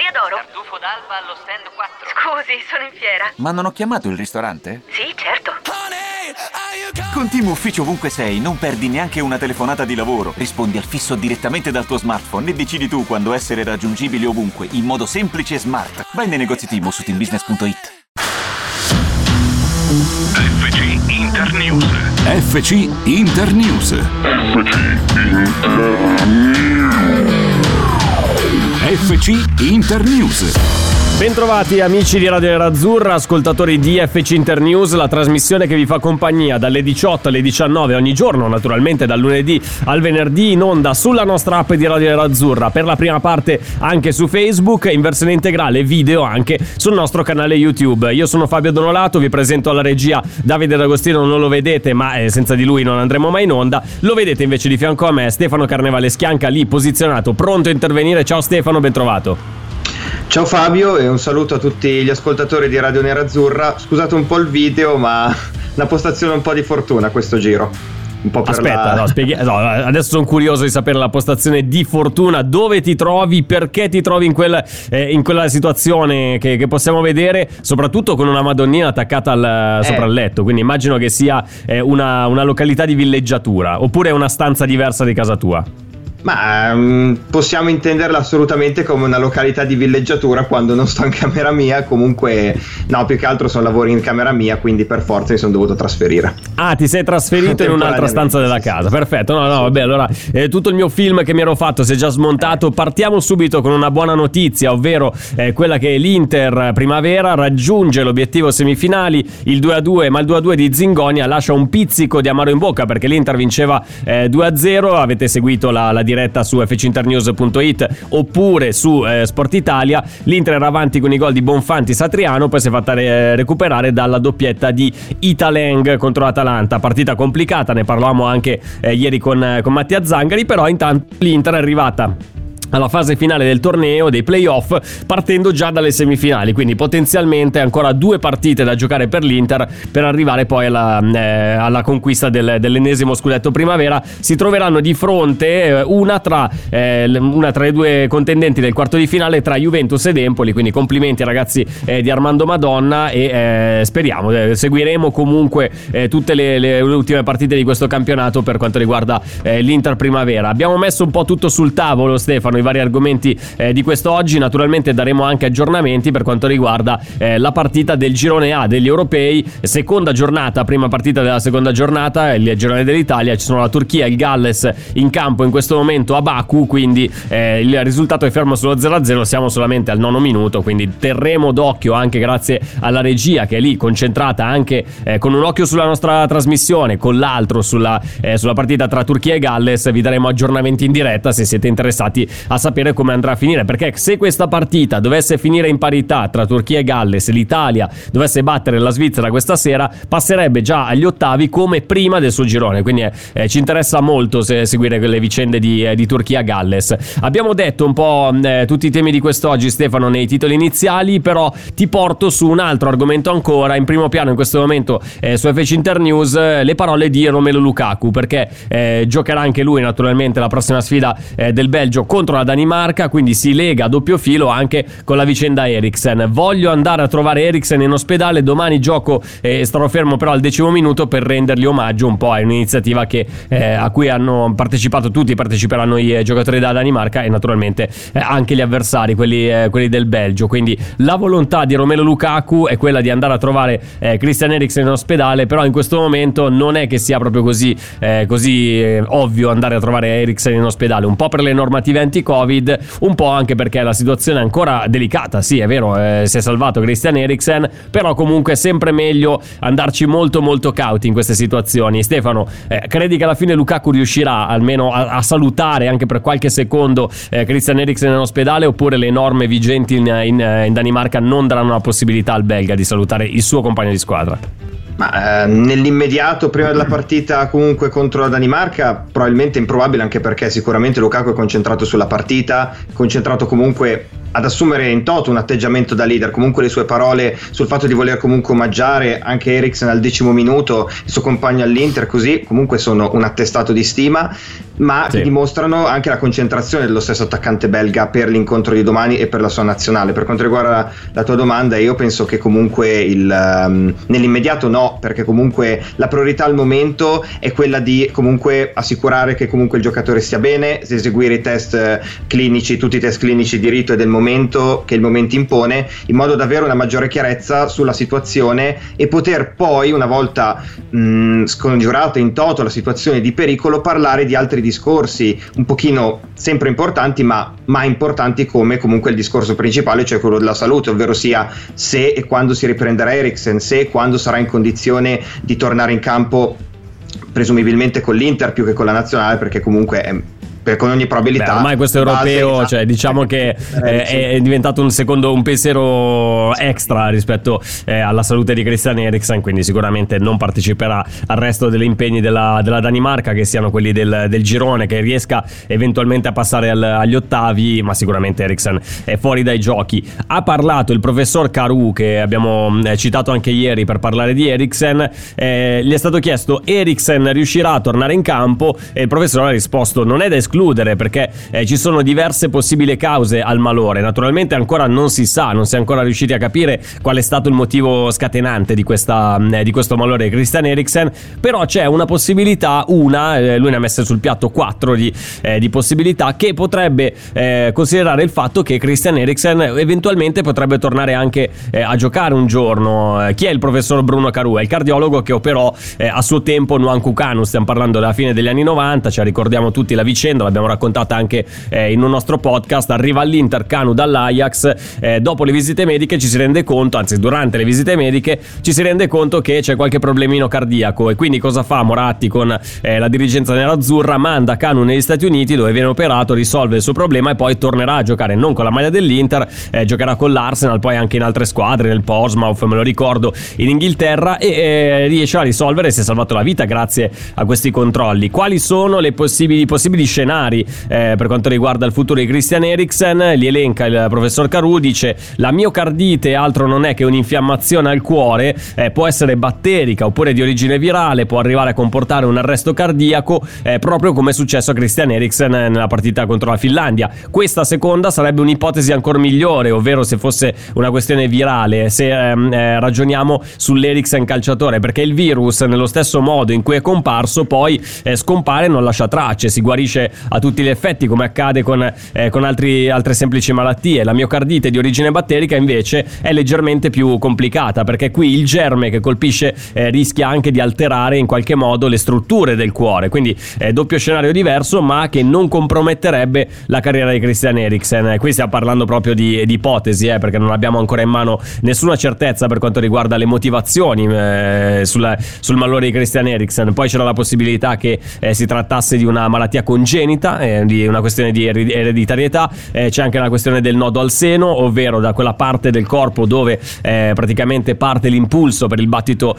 Osteria d'Oro. Tartufo d'alba allo stand 4. Scusi, sono in fiera. Ma non ho chiamato il ristorante? Sì, certo. Con Team Ufficio ovunque sei, non perdi neanche una telefonata di lavoro. Rispondi al fisso direttamente dal tuo smartphone e decidi tu quando essere raggiungibile ovunque, in modo semplice e smart. Vai nei negozi Team o su teambusiness.it. FC Internews. FC Internews. FC Internews. Bentrovati amici di Radio Nerazzurra, ascoltatori di FC Internews, la trasmissione che vi fa compagnia dalle 18 alle 19 ogni giorno, naturalmente dal lunedì al venerdì, in onda sulla nostra app di Radio Nerazzurra, per la prima parte anche su Facebook, in versione integrale video anche sul nostro canale YouTube. Io sono Fabio Donolato, vi presento alla regia Davide D'Agostino, non lo vedete ma senza di lui non andremo mai in onda. Lo vedete invece di fianco a me Stefano Carnevale Schianca, lì posizionato, pronto a intervenire. Ciao Stefano, ben trovato. Ciao Fabio e un saluto a tutti gli ascoltatori di Radio Nerazzurra. Scusate un po' il video, ma una postazione un po' di fortuna questo giro. Un po' per Aspetta, adesso sono curioso di sapere la postazione di fortuna. Dove ti trovi? Perché ti trovi in quella situazione che possiamo vedere, soprattutto con una Madonnina attaccata sopra il letto. Quindi immagino che sia una località di villeggiatura, oppure una stanza diversa di casa tua. Ma possiamo intenderla assolutamente come una località di villeggiatura quando non sto in camera mia. Comunque no, più che altro sono lavori in camera mia, quindi per forza mi sono dovuto trasferire. Ah, ti sei trasferito in un'altra stanza della casa, perfetto. No, vabbè, allora tutto il mio film che mi ero fatto si è già smontato. Partiamo subito con una buona notizia, ovvero quella che l'Inter Primavera raggiunge l'obiettivo semifinali, il 2-2, ma il 2-2 di Zingonia lascia un pizzico di amaro in bocca perché l'Inter vinceva 2-0. Avete seguito la diretta su fcinternews.it oppure su Sport Italia. L'Inter era avanti con i gol di Bonfanti Satriano, poi si è fatta recuperare dalla doppietta di Italeng contro l'Atalanta. Partita complicata, ne parlavamo anche ieri con Mattia Zangari, però intanto l'Inter è arrivata alla fase finale del torneo, dei playoff, partendo già dalle semifinali, quindi potenzialmente ancora 2 partite da giocare per l'Inter per arrivare poi alla conquista dell'ennesimo scudetto primavera. Si troveranno di fronte una tra le 2 contendenti del quarto di finale, tra Juventus ed Empoli, quindi complimenti ai ragazzi di Armando Madonna e speriamo, seguiremo comunque tutte le ultime partite di questo campionato per quanto riguarda l'Inter Primavera. Abbiamo messo un po' tutto sul tavolo, Stefano, i vari argomenti di quest'oggi. Naturalmente daremo anche aggiornamenti per quanto riguarda la partita del girone A degli europei, seconda giornata, prima partita della seconda giornata, il girone dell'Italia. Ci sono la Turchia e il Galles in campo in questo momento a Baku, quindi il risultato è fermo sullo 0-0, siamo solamente al 9° minuto, quindi terremo d'occhio, anche grazie alla regia che è lì concentrata anche con un occhio sulla nostra trasmissione, con l'altro sulla partita tra Turchia e Galles. Vi daremo aggiornamenti in diretta se siete interessati a sapere come andrà a finire, perché se questa partita dovesse finire in parità tra Turchia e Galles, l'Italia dovesse battere la Svizzera questa sera, passerebbe già agli ottavi come prima del suo girone, quindi ci interessa molto seguire le vicende di Turchia-Galles. Abbiamo detto un po' tutti i temi di quest'oggi, Stefano, nei titoli iniziali, però ti porto su un altro argomento ancora. In primo piano in questo momento su FC Internews le parole di Romelu Lukaku, perché giocherà anche lui naturalmente la prossima sfida del Belgio contro la Danimarca, quindi si lega a doppio filo anche con la vicenda Eriksen. Voglio andare a trovare Eriksen in ospedale, domani gioco e starò fermo però al 10° minuto per rendergli omaggio un po'. È un'iniziativa a cui hanno partecipato tutti, parteciperanno i giocatori della Danimarca e naturalmente anche gli avversari, quelli del Belgio. Quindi la volontà di Romelu Lukaku è quella di andare a trovare Christian Eriksen in ospedale, però in questo momento non è che sia proprio così ovvio andare a trovare Eriksen in ospedale, un po' per le normative anti-Covid, un po' anche perché la situazione è ancora delicata. Sì, è vero, si è salvato Christian Eriksen, però comunque è sempre meglio andarci molto molto cauti in queste situazioni. Stefano, credi che alla fine Lukaku riuscirà almeno a salutare anche per qualche secondo Christian Eriksen in ospedale, oppure le norme vigenti in Danimarca non daranno la possibilità al belga di salutare il suo compagno di squadra? Ma nell'immediato, prima della partita comunque contro la Danimarca, probabilmente improbabile, anche perché sicuramente Lukaku è concentrato sulla partita, concentrato comunque ad assumere in toto un atteggiamento da leader. Comunque le sue parole sul fatto di voler comunque omaggiare anche Eriksen al 10° minuto, il suo compagno all'Inter, così comunque sono un attestato di stima. ma che dimostrano anche la concentrazione dello stesso attaccante belga per l'incontro di domani e per la sua nazionale. Per quanto riguarda la tua domanda, io penso che comunque nell'immediato no, perché comunque la priorità al momento è quella di comunque assicurare che comunque il giocatore stia bene, eseguire i test clinici, tutti i test clinici di rito e del momento che il momento impone, in modo da avere una maggiore chiarezza sulla situazione e poter poi, una volta scongiurata in toto la situazione di pericolo, parlare di altri discorsi un pochino sempre importanti, ma importanti come comunque il discorso principale, cioè quello della salute, ovvero sia se e quando si riprenderà Eriksen, se e quando sarà in condizione di tornare in campo, presumibilmente con l'Inter più che con la nazionale, perché comunque con ogni probabilità. Ormai questo europeo, cioè diciamo che è diventato un pensiero extra rispetto alla salute di Christian Eriksen, quindi sicuramente non parteciperà al resto degli impegni della Danimarca, che siano quelli del girone, che riesca eventualmente a passare agli ottavi, ma sicuramente Eriksen è fuori dai giochi. Ha parlato il professor Caru, che abbiamo citato anche ieri per parlare di Eriksen, gli è stato chiesto: Eriksen riuscirà a tornare in campo? E il professore ha risposto: non è da escludere, perché ci sono diverse possibili cause al malore. Naturalmente ancora non si sa, non si è ancora riusciti a capire qual è stato il motivo scatenante di questo malore di Christian Eriksen, però c'è una possibilità, lui ne ha messe sul piatto 4 di possibilità, che potrebbe considerare il fatto che Christian Eriksen eventualmente potrebbe tornare anche a giocare un giorno. Chi è il professor Bruno Caru? È il cardiologo che operò a suo tempo Nwankwo Kanu, stiamo parlando della fine degli anni 90, ci ricordiamo tutti la vicenda, l'abbiamo raccontata anche in un nostro podcast. Arriva all'Inter Kanu dall'Ajax, dopo le visite mediche ci si rende conto, anzi durante le visite mediche ci si rende conto che c'è qualche problemino cardiaco, e quindi cosa fa Moratti con la dirigenza nerazzurra? Manda Kanu negli Stati Uniti, dove viene operato, risolve il suo problema e poi tornerà a giocare non con la maglia dell'Inter, giocherà con l'Arsenal, poi anche in altre squadre, nel Portsmouth me lo ricordo, in Inghilterra, e riesce a risolvere, si è salvato la vita grazie a questi controlli. Quali sono i possibili scenari per quanto riguarda il futuro di Christian Eriksen? Li elenca il professor Caru, dice: la miocardite altro non è che un'infiammazione al cuore, può essere batterica oppure di origine virale, può arrivare a comportare un arresto cardiaco, proprio come è successo a Christian Eriksen nella partita contro la Finlandia. Questa seconda sarebbe un'ipotesi ancora migliore, ovvero se fosse una questione virale, se ragioniamo sull'Eriksen calciatore, perché il virus, nello stesso modo in cui è comparso, poi scompare e non lascia tracce, si guarisce a tutti gli effetti, come accade con altre semplici malattie. La miocardite di origine batterica invece è leggermente più complicata, perché qui il germe che colpisce rischia anche di alterare in qualche modo le strutture del cuore, quindi doppio scenario diverso, ma che non comprometterebbe la carriera di Christian Eriksen. Qui stiamo parlando proprio di ipotesi, perché non abbiamo ancora in mano nessuna certezza per quanto riguarda le motivazioni sul malore di Christian Eriksen. Poi c'era la possibilità che si trattasse di una malattia congenita, di una questione di ereditarietà, c'è anche la questione del nodo al seno, ovvero da quella parte del corpo dove praticamente parte l'impulso per il battito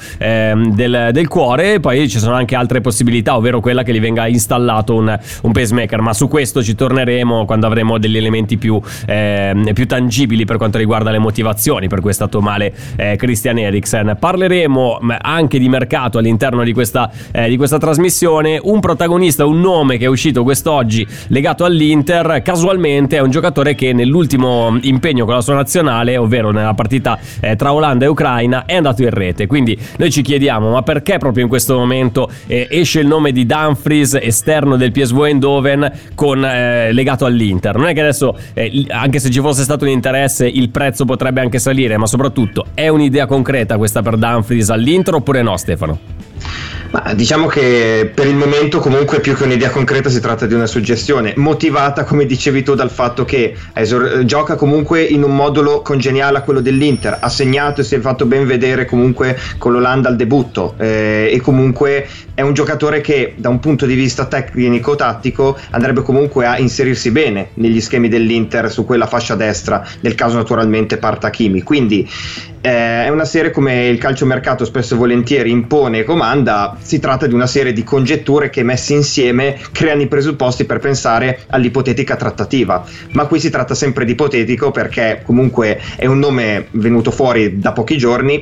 del cuore. E poi ci sono anche altre possibilità, ovvero quella che gli venga installato un pacemaker, ma su questo ci torneremo quando avremo degli elementi più tangibili per quanto riguarda le motivazioni per cui è stato male Christian Eriksen. Parleremo anche di mercato all'interno di questa trasmissione. Un protagonista, un nome che è uscito quest'oggi legato all'Inter, casualmente è un giocatore che nell'ultimo impegno con la sua nazionale, ovvero nella partita tra Olanda e Ucraina, è andato in rete. Quindi noi ci chiediamo: ma perché proprio in questo momento esce il nome di Dumfries, esterno del PSV Eindhoven, legato all'Inter? Non è che adesso, anche se ci fosse stato un interesse, il prezzo potrebbe anche salire, ma soprattutto è un'idea concreta questa per Dumfries all'Inter oppure no, Stefano? Ma diciamo che per il momento comunque più che un'idea concreta si tratta di una suggestione motivata, come dicevi tu, dal fatto che gioca comunque in un modulo congeniale a quello dell'Inter, ha segnato e si è fatto ben vedere comunque con l'Olanda al debutto, e comunque è un giocatore che da un punto di vista tecnico-tattico andrebbe comunque a inserirsi bene negli schemi dell'Inter su quella fascia destra, nel caso naturalmente parta Hakimi. Quindi è una serie, come il calciomercato spesso e volentieri impone e comanda, si tratta di una serie di congetture che messe insieme creano i presupposti per pensare all'ipotetica trattativa, ma qui si tratta sempre di ipotetico perché comunque è un nome venuto fuori da pochi giorni,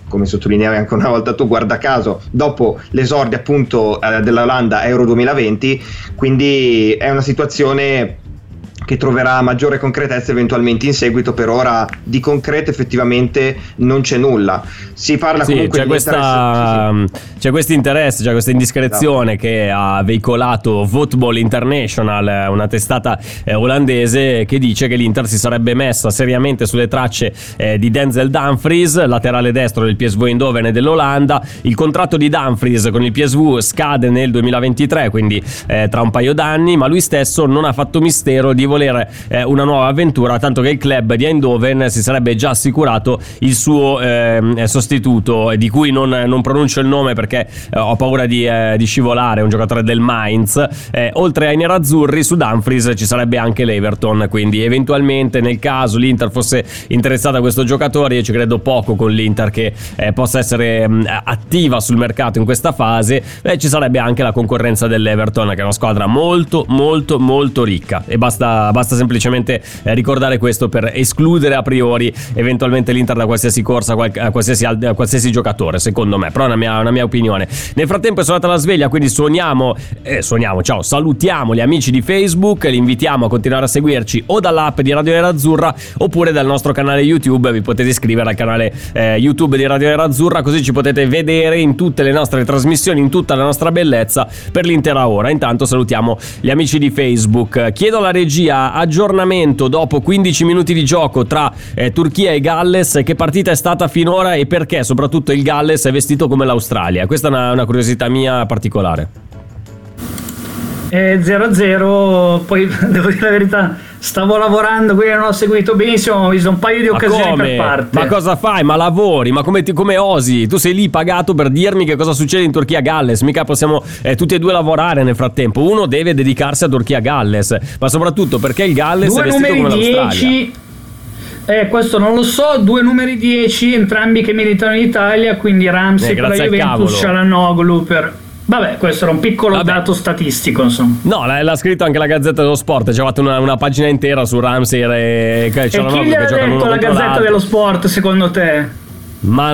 come sottolineavi anche una volta tu, guarda caso, dopo l'esordio appunto dell'Olanda Euro 2020, quindi è una situazione che troverà maggiore concretezza eventualmente in seguito. Per ora di concreto effettivamente non c'è nulla. Si parla comunque c'è questo interesse, c'è questa indiscrezione che ha veicolato Football International, una testata olandese, che dice che l'Inter si sarebbe messa seriamente sulle tracce di Denzel Dumfries, laterale destro del PSV Eindhoven e dell'Olanda. Il contratto di Dumfries con il PSV scade nel 2023, quindi tra un paio d'anni, ma lui stesso non ha fatto mistero di volere una nuova avventura, tanto che il club di Eindhoven si sarebbe già assicurato il suo sostituto, di cui non pronuncio il nome perché ho paura di scivolare, un giocatore del Mainz. Oltre ai nerazzurri, su Dumfries ci sarebbe anche l'Everton, quindi eventualmente nel caso l'Inter fosse interessata a questo giocatore, io ci credo poco con l'Inter che possa essere attiva sul mercato in questa fase, ci sarebbe anche la concorrenza dell'Everton, che è una squadra molto molto molto ricca, e basta semplicemente ricordare questo per escludere a priori eventualmente l'Inter da qualsiasi corsa, a qualsiasi giocatore, secondo me, però è una mia opinione. Nel frattempo è suonata la sveglia, quindi salutiamo gli amici di Facebook, li invitiamo a continuare a seguirci o dall'app di Radio Nerazzurra oppure dal nostro canale YouTube. Vi potete iscrivere al canale YouTube di Radio Nerazzurra, così ci potete vedere in tutte le nostre trasmissioni, in tutta la nostra bellezza per l'intera ora. Intanto salutiamo gli amici di Facebook. Chiedo alla regia aggiornamento dopo 15 minuti di gioco tra Turchia e Galles: che partita è stata finora e perché soprattutto il Galles è vestito come l'Australia? Questa è una curiosità mia particolare. 0-0, poi devo dire la verità, stavo lavorando, quindi non ho seguito benissimo, ho visto un paio di occasioni per parte. Ma cosa fai? Ma lavori? Ma come osi? Tu sei lì pagato per dirmi che cosa succede in Turchia-Galles, mica possiamo tutti e due lavorare nel frattempo. Uno deve dedicarsi a Turchia-Galles, ma soprattutto perché il Galles è vestito come l'Australia. Questo non lo so. 2 numeri 10, entrambi che militano in Italia, quindi Ramsey per la Juventus, Çalhanoğlu per... Vabbè, questo era un piccolo dato statistico, insomma. No, l'ha scritto anche la Gazzetta dello Sport. C'è fatto una pagina intera su Ramsey e chi gliel'ha detto la Gazzetta dello Sport, secondo te? Ma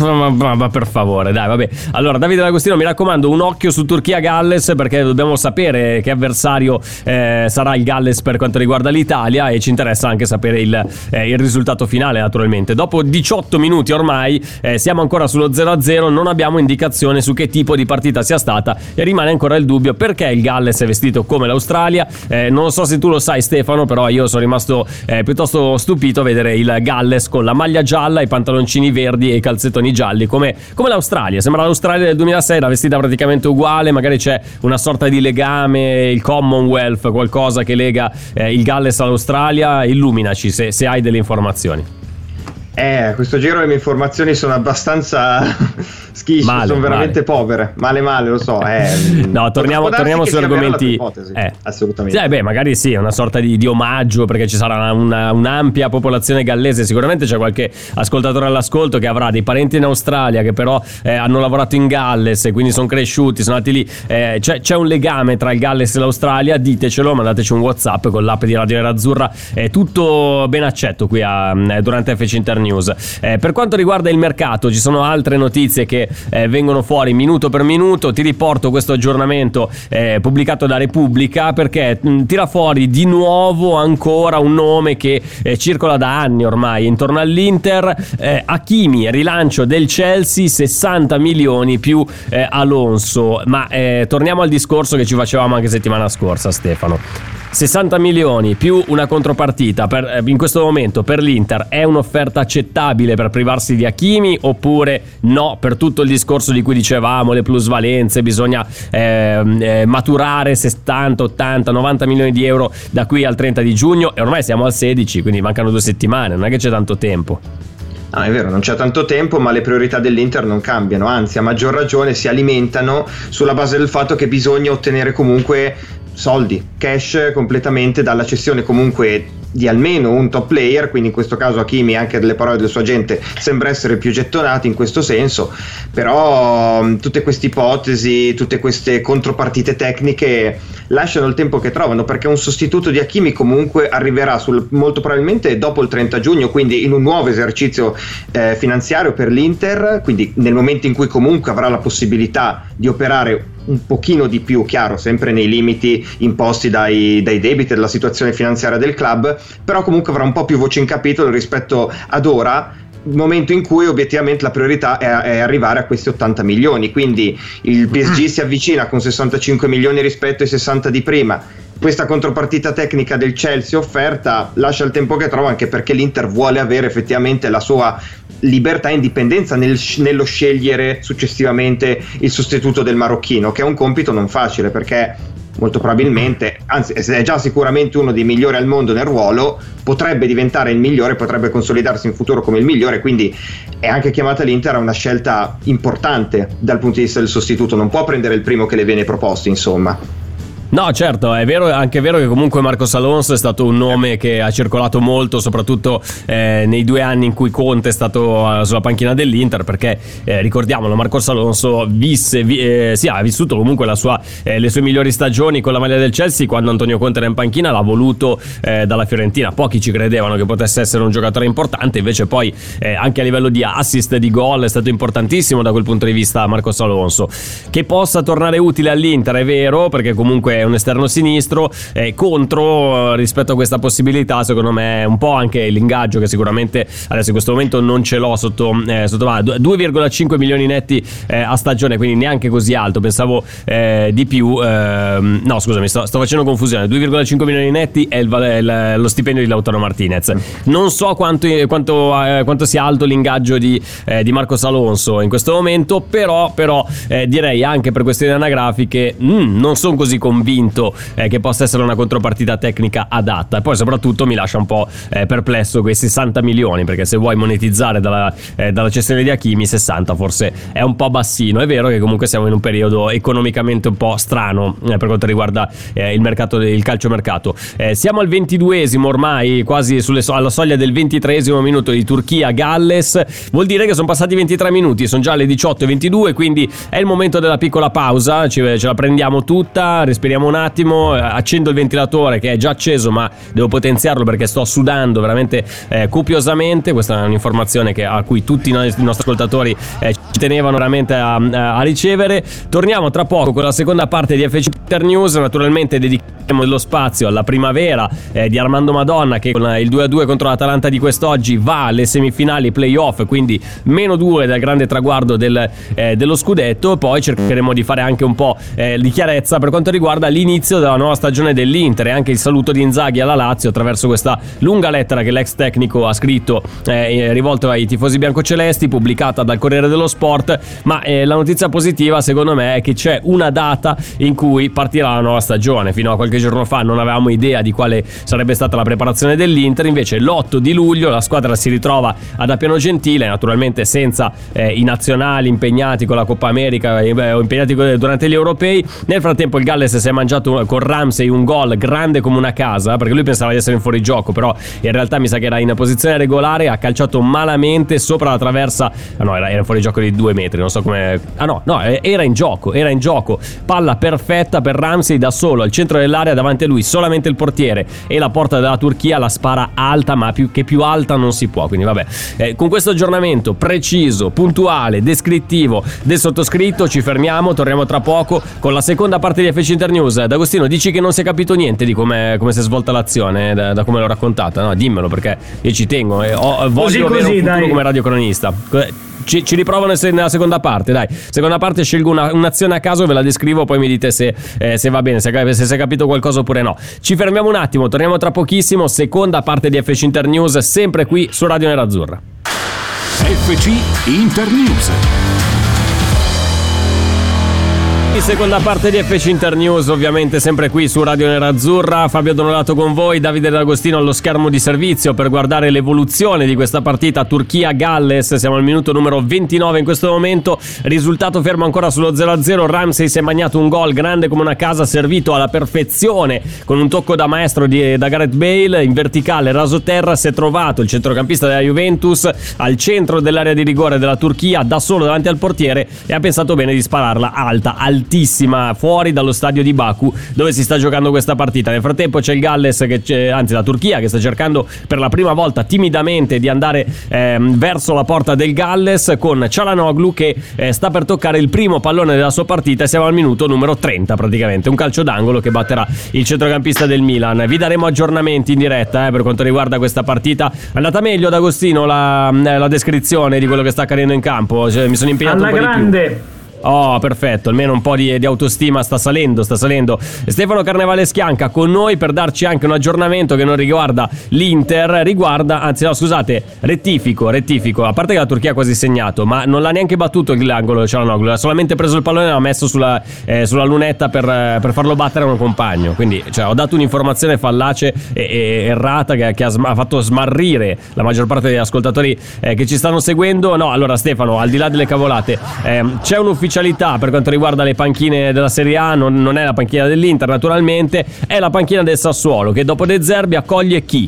per favore, dai, vabbè. Allora, Davide D'Agostino, mi raccomando, un occhio su Turchia-Galles, perché dobbiamo sapere che avversario sarà il Galles per quanto riguarda l'Italia, e ci interessa anche sapere il risultato finale, naturalmente. Dopo 18 minuti ormai siamo ancora sullo 0-0, non abbiamo indicazione su che tipo di partita sia stata e rimane ancora il dubbio perché il Galles è vestito come l'Australia. Non so se tu lo sai, Stefano, però io sono rimasto piuttosto stupito a vedere il Galles con la maglia gialla, i pantaloncini verdi e i calzettoni gialli, come l'Australia. Sembra l'Australia del 2006, la vestita praticamente uguale, magari c'è una sorta di legame, il Commonwealth, qualcosa che lega il Galles all'Australia. Illuminaci se hai delle informazioni. Questo giro le mie informazioni sono abbastanza schifo, sono veramente povere, male, lo so. No, torniamo su argomenti. Assolutamente. Magari sì, una sorta di omaggio, perché ci sarà un'ampia popolazione gallese. Sicuramente c'è qualche ascoltatore all'ascolto che avrà dei parenti in Australia che però hanno lavorato in Galles e quindi sono cresciuti, sono andati lì. C'è un legame tra il Galles e l'Australia, ditecelo, mandateci un WhatsApp con l'app di Radio Nerazzurra. È tutto ben accetto qui durante FC Inter News. Per quanto riguarda il mercato, ci sono altre notizie che vengono fuori minuto per minuto. Ti riporto questo aggiornamento pubblicato da Repubblica, perché tira fuori di nuovo ancora un nome che circola da anni ormai intorno all'Inter. Hakimi, rilancio del Chelsea, 60 milioni più Alonso. Ma torniamo al discorso che ci facevamo anche settimana scorsa, Stefano. 60 milioni più una contropartita in questo momento per l'Inter è un'offerta accettabile per privarsi di Hakimi, oppure no, per tutto il discorso di cui dicevamo, le plusvalenze, bisogna maturare 70, 80, 90 milioni di euro da qui al 30 di giugno e ormai siamo al 16, quindi mancano 2 settimane, non è che c'è tanto tempo. No, è vero, non c'è tanto tempo, ma le priorità dell'Inter non cambiano, anzi a maggior ragione si alimentano sulla base del fatto che bisogna ottenere comunque soldi, cash completamente dalla cessione comunque di almeno un top player, quindi in questo caso Hakimi, anche delle parole del suo agente, sembra essere più gettonato in questo senso, però tutte queste ipotesi, tutte queste contropartite tecniche lasciano il tempo che trovano, perché un sostituto di Hakimi comunque arriverà molto probabilmente dopo il 30 giugno, quindi in un nuovo esercizio finanziario per l'Inter, quindi nel momento in cui comunque avrà la possibilità di operare un pochino di più, chiaro, sempre nei limiti imposti dai debiti e della situazione finanziaria del club, però comunque avrà un po' più voce in capitolo rispetto ad ora, momento in cui obiettivamente la priorità è arrivare a questi 80 milioni, quindi il PSG si avvicina con 65 milioni rispetto ai 60 di prima. Questa contropartita tecnica del Chelsea offerta lascia il tempo che trova, anche perché l'Inter vuole avere effettivamente la sua libertà e indipendenza nello scegliere successivamente il sostituto del marocchino, che è un compito non facile, perché molto probabilmente, anzi è già sicuramente uno dei migliori al mondo nel ruolo, potrebbe diventare il migliore, potrebbe consolidarsi in futuro come il migliore, quindi è anche chiamata l'Inter a una scelta importante dal punto di vista del sostituto, non può prendere il primo che le viene proposto, insomma. No, certo, è vero, anche vero che comunque Marcos Alonso è stato un nome che ha circolato molto, soprattutto nei 2 anni in cui Conte è stato sulla panchina dell'Inter, perché ricordiamolo, Marcos Alonso ha vissuto comunque le sue migliori stagioni con la maglia del Chelsea quando Antonio Conte era in panchina, l'ha voluto dalla Fiorentina. Pochi ci credevano che potesse essere un giocatore importante, invece poi anche a livello di assist, di gol è stato importantissimo da quel punto di vista Marcos Alonso. Che possa tornare utile all'Inter è vero, perché comunque è un esterno sinistro, contro rispetto a questa possibilità secondo me è un po' anche l'ingaggio, che sicuramente adesso in questo momento non ce l'ho sotto 2,5 milioni netti a stagione, quindi neanche così alto, pensavo di più, no scusami, sto facendo confusione. 2,5 milioni netti è lo stipendio di Lautaro Martinez. Non so quanto sia alto l'ingaggio di Marcos Alonso in questo momento, però direi anche per questioni anagrafiche non sono così convinto che possa essere una contropartita tecnica adatta, e poi soprattutto mi lascia un po' perplesso quei 60 milioni, perché se vuoi monetizzare dalla cessione di Hakimi 60 forse è un po' bassino. È vero che comunque siamo in un periodo economicamente un po' strano per quanto riguarda il calciomercato. Siamo al 22esimo ormai, quasi alla soglia del 23esimo minuto di Turchia-Galles, vuol dire che sono passati 23 minuti, sono già le 18:22, quindi è il momento della piccola pausa, ce la prendiamo tutta, respiriamo un attimo, accendo il ventilatore che è già acceso ma devo potenziarlo perché sto sudando veramente copiosamente. Questa è un'informazione a cui tutti i nostri ascoltatori ci tenevano veramente a ricevere. Torniamo tra poco con la seconda parte di FC Inter News, naturalmente dedichiamo dello spazio alla primavera di Armando Madonna, che con il 2-2 contro l'Atalanta di quest'oggi va alle semifinali playoff, quindi -2 dal grande traguardo dello scudetto. Poi cercheremo di fare anche un po' di chiarezza per quanto riguarda l'inizio della nuova stagione dell'Inter e anche il saluto di Inzaghi alla Lazio attraverso questa lunga lettera che l'ex tecnico ha scritto rivolto ai tifosi biancocelesti, pubblicata dal Corriere dello Sport. Ma la notizia positiva secondo me è che c'è una data in cui partirà la nuova stagione. Fino a qualche giorno fa non avevamo idea di quale sarebbe stata la preparazione dell'Inter, invece l'8 di luglio la squadra si ritrova ad Appiano Gentile, naturalmente senza i nazionali impegnati con la Coppa America o impegnati durante gli europei. Nel frattempo il Galles si è mangiato con Ramsey un gol grande come una casa, perché lui pensava di essere in fuorigioco, però in realtà mi sa che era in posizione regolare, ha calciato malamente sopra la traversa. Era in fuorigioco di 2 metri, non so come. Era in gioco, palla perfetta per Ramsey da solo al centro dell'area, davanti a lui solamente il portiere e la porta della Turchia la spara alta, ma più alta non si può. Quindi vabbè, con questo aggiornamento preciso, puntuale, descrittivo del sottoscritto ci fermiamo, torniamo tra poco con la seconda parte di FC Inter News. D'Agostino, dici che non si è capito niente di come si è svolta l'azione, da come l'ho raccontata? No, dimmelo, perché io ci tengo, voglio avere un futuro come radiocronista. Ci riprovo nella seconda parte, dai. Seconda parte scelgo un'azione a caso, ve la descrivo, poi mi dite se va bene, se si è capito qualcosa oppure no. Ci fermiamo un attimo, torniamo tra pochissimo. Seconda parte di FC Inter News, sempre qui su Radio Nerazzurra. FC Inter News. Seconda parte di FC Internews, ovviamente sempre qui su Radio Nerazzurra. Fabio Donolato con voi, Davide D'Agostino allo schermo di servizio per guardare l'evoluzione di questa partita Turchia-Galles. Siamo al minuto numero 29 in questo momento, risultato fermo ancora sullo 0-0. Ramsey si è magnato un gol grande come una casa, servito alla perfezione con un tocco da maestro da Gareth Bale in verticale, raso terra. Si è trovato il centrocampista della Juventus al centro dell'area di rigore della Turchia, da solo davanti al portiere, e ha pensato bene di spararla alta, altissima, fuori dallo stadio di Baku dove si sta giocando questa partita. Nel frattempo c'è il Galles, anzi la Turchia, che sta cercando per la prima volta timidamente di andare verso la porta del Galles, con Çalhanoğlu che sta per toccare il primo pallone della sua partita. Siamo al minuto numero 30 praticamente, un calcio d'angolo che batterà il centrocampista del Milan. Vi daremo aggiornamenti in diretta per quanto riguarda questa partita. È andata meglio, D'Agostino, la descrizione di quello che sta accadendo in campo? Mi sono impegnato alla un po' grande di più. Oh, perfetto, almeno un po' di autostima sta salendo. Stefano Carnevale Schianca con noi per darci anche un aggiornamento che non riguarda l'Inter, rettifico, a parte che la Turchia ha quasi segnato, ma non l'ha neanche battuto l'angolo Çalhanoğlu, ha solamente preso il pallone e l'ha messo sulla lunetta per farlo battere a un compagno. Quindi ho dato un'informazione fallace e errata che ha fatto smarrire la maggior parte degli ascoltatori che ci stanno seguendo. No, allora Stefano, al di là delle cavolate, c'è un'ufficialità per quanto riguarda le panchine della Serie A. Non è la panchina dell'Inter naturalmente, è la panchina del Sassuolo, che dopo De Zerbi accoglie chi?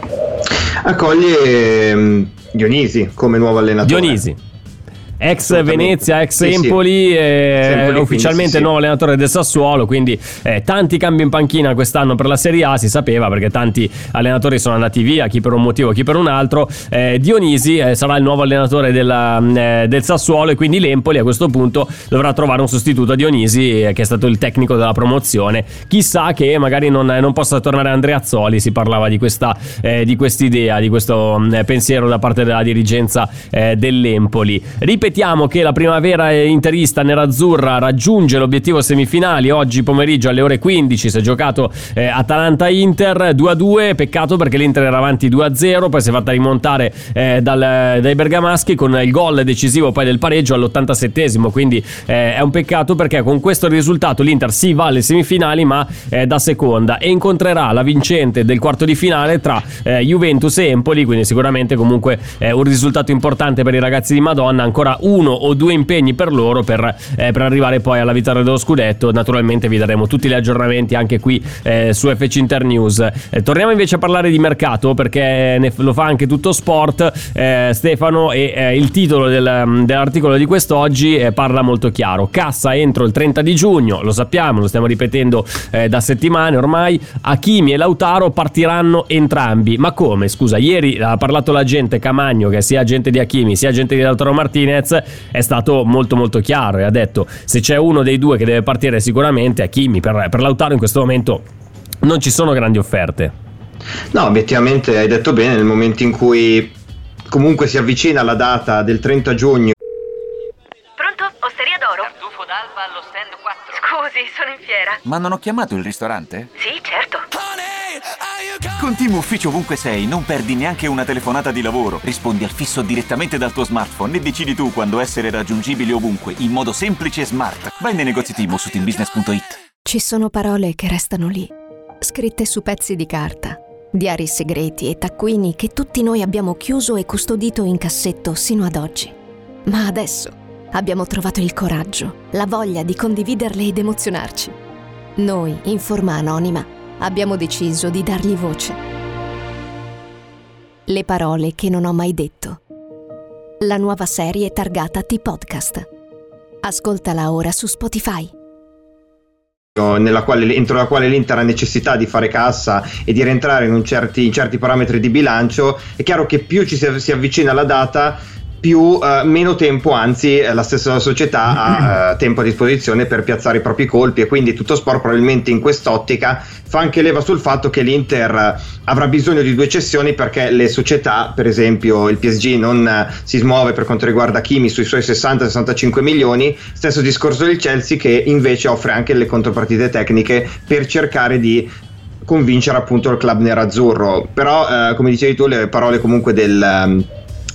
Accoglie Dionisi come nuovo allenatore. Dionisi, ex Venezia, ex Empoli, ufficialmente nuovo allenatore del Sassuolo, quindi tanti cambi in panchina quest'anno per la Serie A, si sapeva, perché tanti allenatori sono andati via, chi per un motivo, chi per un altro. Dionisi sarà il nuovo allenatore del Sassuolo, e quindi l'Empoli a questo punto dovrà trovare un sostituto a Dionisi, che è stato il tecnico della promozione. Chissà che magari non possa tornare Andreazzoli. Si parlava di quest'idea, di questo pensiero da parte della dirigenza dell'Empoli. Ripetiamo che la primavera interista nerazzurra raggiunge l'obiettivo semifinali. Oggi pomeriggio alle ore 15 si è giocato Atalanta-Inter 2-2, peccato perché l'Inter era avanti 2-0, poi si è fatta rimontare dai bergamaschi con il gol decisivo poi del pareggio all'87esimo, quindi è un peccato, perché con questo risultato l'Inter si va alle semifinali, ma da seconda, e incontrerà la vincente del quarto di finale tra Juventus e Empoli, quindi sicuramente comunque un risultato importante per i ragazzi di Madonna. Ancora uno o due impegni per loro per arrivare poi alla vittoria dello scudetto. Naturalmente vi daremo tutti gli aggiornamenti anche qui su FC Internews. Torniamo invece a parlare di mercato, perché lo fa anche Tutto Sport, Stefano, e il titolo dell'articolo di quest'oggi parla molto chiaro: cassa entro il 30 di giugno, lo sappiamo, lo stiamo ripetendo da settimane ormai. Hakimi e Lautaro partiranno entrambi. Ma come? Scusa, ieri ha parlato l'agente Camagno, che è sia agente di Hakimi sia agente di Lautaro Martinez, è stato molto molto chiaro e ha detto: se c'è uno dei due che deve partire sicuramente Hakimi. Per Lautaro in questo momento non ci sono grandi offerte. No, obiettivamente hai detto bene, nel momento in cui comunque si avvicina la data del 30 giugno. Pronto? Osteria d'Oro? Tartufo d'alba allo stand 4. Scusi, sono in fiera. Ma non ho chiamato il ristorante? Sì, certo. Con Team Ufficio ovunque sei, non perdi neanche una telefonata di lavoro. Rispondi al fisso direttamente dal tuo smartphone e decidi tu quando essere raggiungibile ovunque, in modo semplice e smart. Vai nei negozi Team o su teambusiness.it. Ci sono parole che restano lì, scritte su pezzi di carta, diari segreti e taccuini che tutti noi abbiamo chiuso e custodito in cassetto sino ad oggi. Ma adesso abbiamo trovato il coraggio, la voglia di condividerle ed emozionarci. Noi, in forma anonima, abbiamo deciso di dargli voce. Le parole che non ho mai detto. La nuova serie targata T-Podcast. Ascoltala ora su Spotify. Entro la quale l'Inter ha necessità di fare cassa e di rientrare in certi parametri di bilancio. È chiaro che più ci si avvicina alla data, più meno tempo, anzi la stessa società ha tempo a disposizione per piazzare i propri colpi, e quindi Tutto Sport probabilmente in quest'ottica fa anche leva sul fatto che l'Inter avrà bisogno di due cessioni, perché le società, per esempio il PSG, non si smuove per quanto riguarda Hakimi sui suoi 60-65 milioni, stesso discorso del Chelsea, che invece offre anche le contropartite tecniche per cercare di convincere appunto il club nerazzurro. Però come dicevi tu, le parole comunque del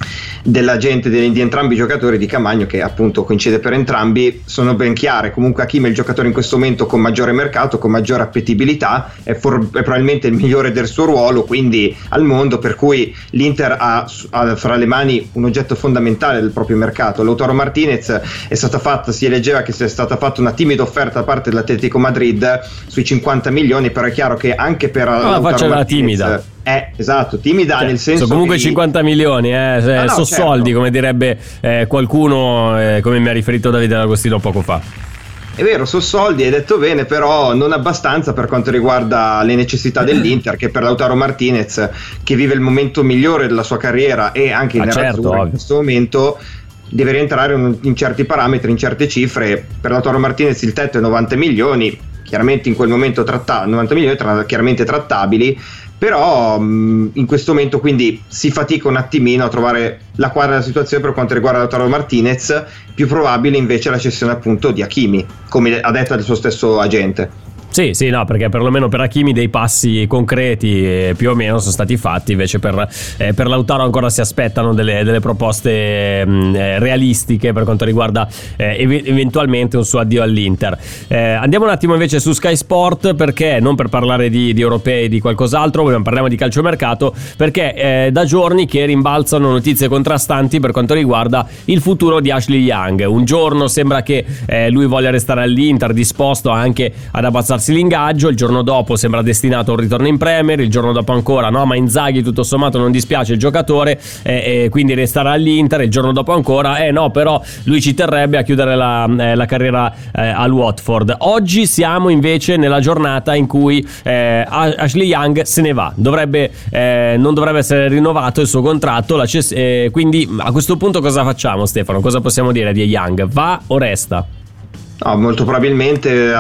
dell'agente di entrambi i giocatori, di Camagno, che appunto coincide per entrambi, sono ben chiare. Comunque Hakimi è il giocatore in questo momento con maggiore mercato, con maggiore appetibilità, è probabilmente il migliore del suo ruolo, quindi al mondo, per cui l'Inter ha fra le mani un oggetto fondamentale del proprio mercato. Lautaro Martinez si leggeva che sia stata fatta una timida offerta da parte dell'Atletico Madrid sui 50 milioni, però è chiaro che anche per Lautaro Martinez timida. Esatto, timida, nel senso sono comunque 50 milioni, sono soldi, come direbbe qualcuno, come mi ha riferito Davide D'Agostino poco fa. È vero, sono soldi, hai detto bene, però non abbastanza per quanto riguarda le necessità dell'Inter, che per Lautaro Martinez, che vive il momento migliore della sua carriera e anche in nerazzurra in questo momento, deve rientrare in certi parametri, in certe cifre. Per Lautaro Martinez il tetto è 90 milioni, chiaramente in quel momento 90 milioni chiaramente trattabili, però in questo momento quindi si fatica un attimino a trovare la quadra della situazione per quanto riguarda Lautaro Martinez. Più probabile invece la cessione appunto di Hakimi, come ha detto il suo stesso agente. Sì, no, perché perlomeno per Hakimi dei passi concreti più o meno sono stati fatti, invece per Lautaro ancora si aspettano delle proposte realistiche per quanto riguarda eventualmente un suo addio all'Inter. Andiamo un attimo invece su Sky Sport, perché non per parlare di europei, di qualcos'altro, parliamo di calciomercato, perché da giorni che rimbalzano notizie contrastanti per quanto riguarda il futuro di Ashley Young. Un giorno sembra che lui voglia restare all'Inter, disposto anche ad abbassarsi l'ingaggio, il giorno dopo sembra destinato a un ritorno in Premier, il giorno dopo ancora no, ma Inzaghi tutto sommato non dispiace il giocatore, quindi resterà all'Inter, il giorno dopo ancora no, però lui ci terrebbe a chiudere la carriera al Watford. Oggi siamo invece nella giornata in cui Ashley Young se ne va, non dovrebbe essere rinnovato il suo contratto, quindi a questo punto cosa facciamo, Stefano? Cosa possiamo dire di Young? Va o resta? No, molto probabilmente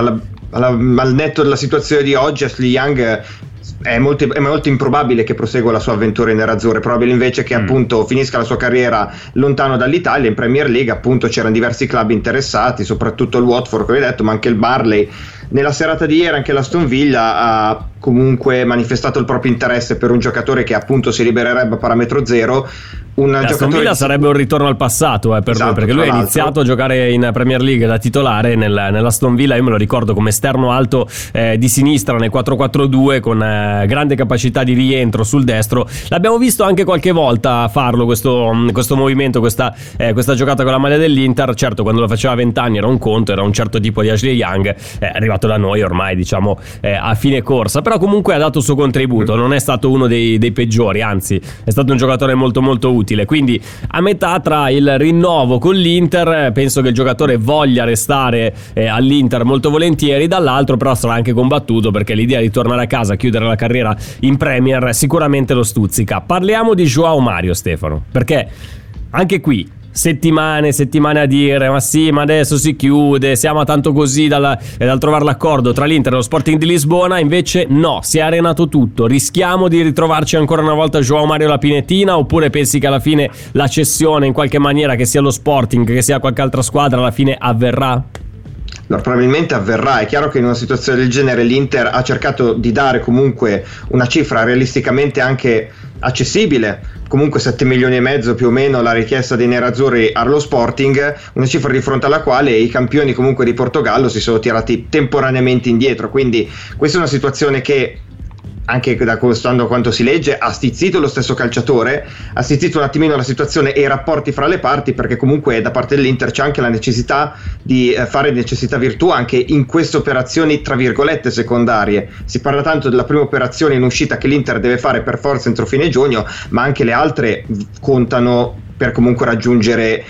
al netto della situazione di oggi Ashley Young è molto improbabile che prosegua la sua avventura in nerazzurre. È probabile invece che appunto finisca la sua carriera lontano dall'Italia in Premier League. Appunto c'erano diversi club interessati, soprattutto il Watford, come hai detto, ma anche il Burnley. Nella serata di ieri anche l'Aston Villa ha comunque manifestato il proprio interesse per un giocatore che appunto si libererebbe a parametro zero. Aston Villa sarebbe un ritorno al passato per lui, perché lui ha iniziato a giocare in Premier League da titolare nell'Aston Villa. Io me lo ricordo come esterno alto di sinistra nel 4-4-2 con grande capacità di rientro sul destro. L'abbiamo visto anche qualche volta farlo questo movimento, questa giocata con la maglia dell'Inter. Certo, quando lo faceva a 20 anni era un conto, era un certo tipo di Ashley Young, è arrivato da noi ormai diciamo a fine corsa, però comunque ha dato il suo contributo, non è stato uno dei peggiori, anzi è stato un giocatore molto molto utile. Quindi a metà tra il rinnovo con l'Inter, penso che il giocatore voglia restare all'Inter molto volentieri, dall'altro però sarà anche combattuto, perché l'idea di tornare a casa, chiudere la carriera in Premier sicuramente lo stuzzica. Parliamo di João Mario, Stefano, perché anche qui settimane a dire ma sì, ma adesso si chiude, siamo tanto così dal trovare l'accordo tra l'Inter e lo Sporting di Lisbona. Invece no, si è arenato tutto. Rischiamo di ritrovarci ancora una volta João Mario alla Pinetina, oppure pensi che alla fine la cessione in qualche maniera, che sia lo Sporting che sia qualche altra squadra, alla fine avverrà? Probabilmente avverrà. È chiaro che in una situazione del genere l'Inter ha cercato di dare comunque una cifra realisticamente anche accessibile, comunque 7 milioni e mezzo più o meno la richiesta dei nerazzurri allo Sporting, una cifra di fronte alla quale i campioni comunque di Portogallo si sono tirati temporaneamente indietro. Quindi questa è una situazione che, anche da quanto si legge, ha stizzito lo stesso calciatore, ha stizzito un attimino la situazione e i rapporti fra le parti, perché comunque da parte dell'Inter c'è anche la necessità di fare necessità virtù anche in queste operazioni tra virgolette secondarie. Si parla tanto della prima operazione in uscita che l'Inter deve fare per forza entro fine giugno, ma anche le altre contano per comunque raggiungere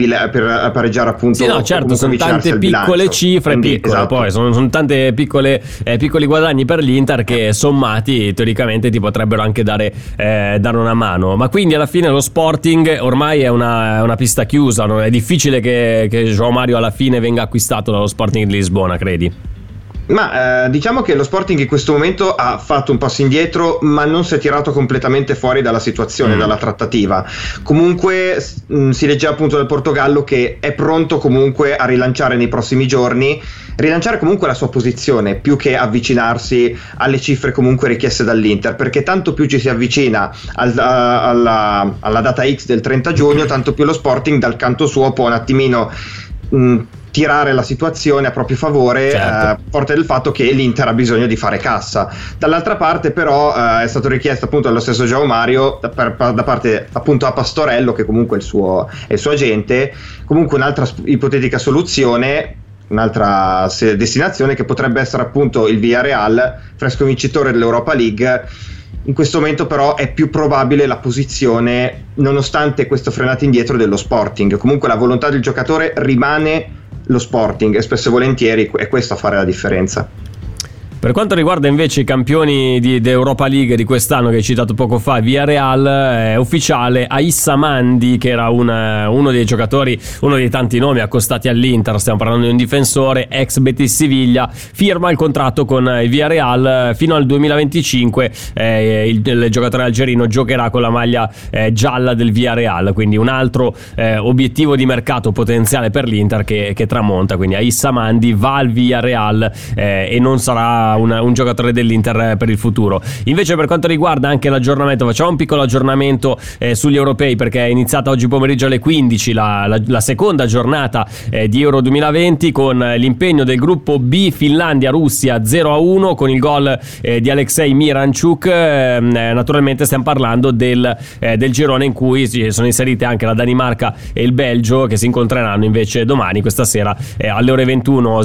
per pareggiare appunto. Sì, no, certo, sono tante piccole cifre, quindi, piccole, esatto. Poi sono tante piccoli guadagni per l'Inter che sommati teoricamente ti potrebbero anche dare una mano. Ma quindi alla fine lo Sporting ormai è una pista chiusa, no? È difficile che João Mario alla fine venga acquistato dallo Sporting di Lisbona, credi? Ma diciamo che lo Sporting in questo momento ha fatto un passo indietro, ma non si è tirato completamente fuori dalla situazione, dalla trattativa. Comunque si legge appunto dal Portogallo che è pronto comunque a rilanciare nei prossimi giorni, rilanciare comunque la sua posizione più che avvicinarsi alle cifre comunque richieste dall'Inter, perché tanto più ci si avvicina alla data X del 30 giugno, tanto più lo Sporting dal canto suo può un attimino tirare la situazione a proprio favore, certo. Forte del fatto che l'Inter ha bisogno di fare cassa. Dall'altra parte però è stato richiesto appunto dallo stesso João Mario da parte appunto a Pastorello, che comunque è il suo agente, comunque un'altra ipotetica soluzione, un'altra destinazione che potrebbe essere appunto il Villarreal, fresco vincitore dell'Europa League. In questo momento però è più probabile la posizione, nonostante questo frenato indietro, dello Sporting. Comunque la volontà del giocatore rimane lo Sporting e spesso e volentieri è questo a fare la differenza. Per quanto riguarda invece i campioni di Europa League di quest'anno che hai citato poco fa, Villarreal, è ufficiale, Aissa Mandi, che era uno dei giocatori, uno dei tanti nomi accostati all'Inter, stiamo parlando di un difensore, ex Betis Siviglia, firma il contratto con il Villarreal fino al 2025. Il giocatore algerino giocherà con la maglia gialla del Villarreal, quindi un altro obiettivo di mercato potenziale per l'Inter che tramonta. Quindi Aissa Mandi va al Villarreal e non sarà un giocatore dell'Inter per il futuro. Invece per quanto riguarda anche l'aggiornamento, facciamo un piccolo aggiornamento sugli europei, perché è iniziata oggi pomeriggio alle 15 la seconda giornata di Euro 2020 con l'impegno del gruppo B, Finlandia-Russia 0-1 con il gol di Alexei Miranchuk. Naturalmente stiamo parlando del girone in cui sono inserite anche la Danimarca e il Belgio, che si incontreranno invece domani, questa sera alle ore 21.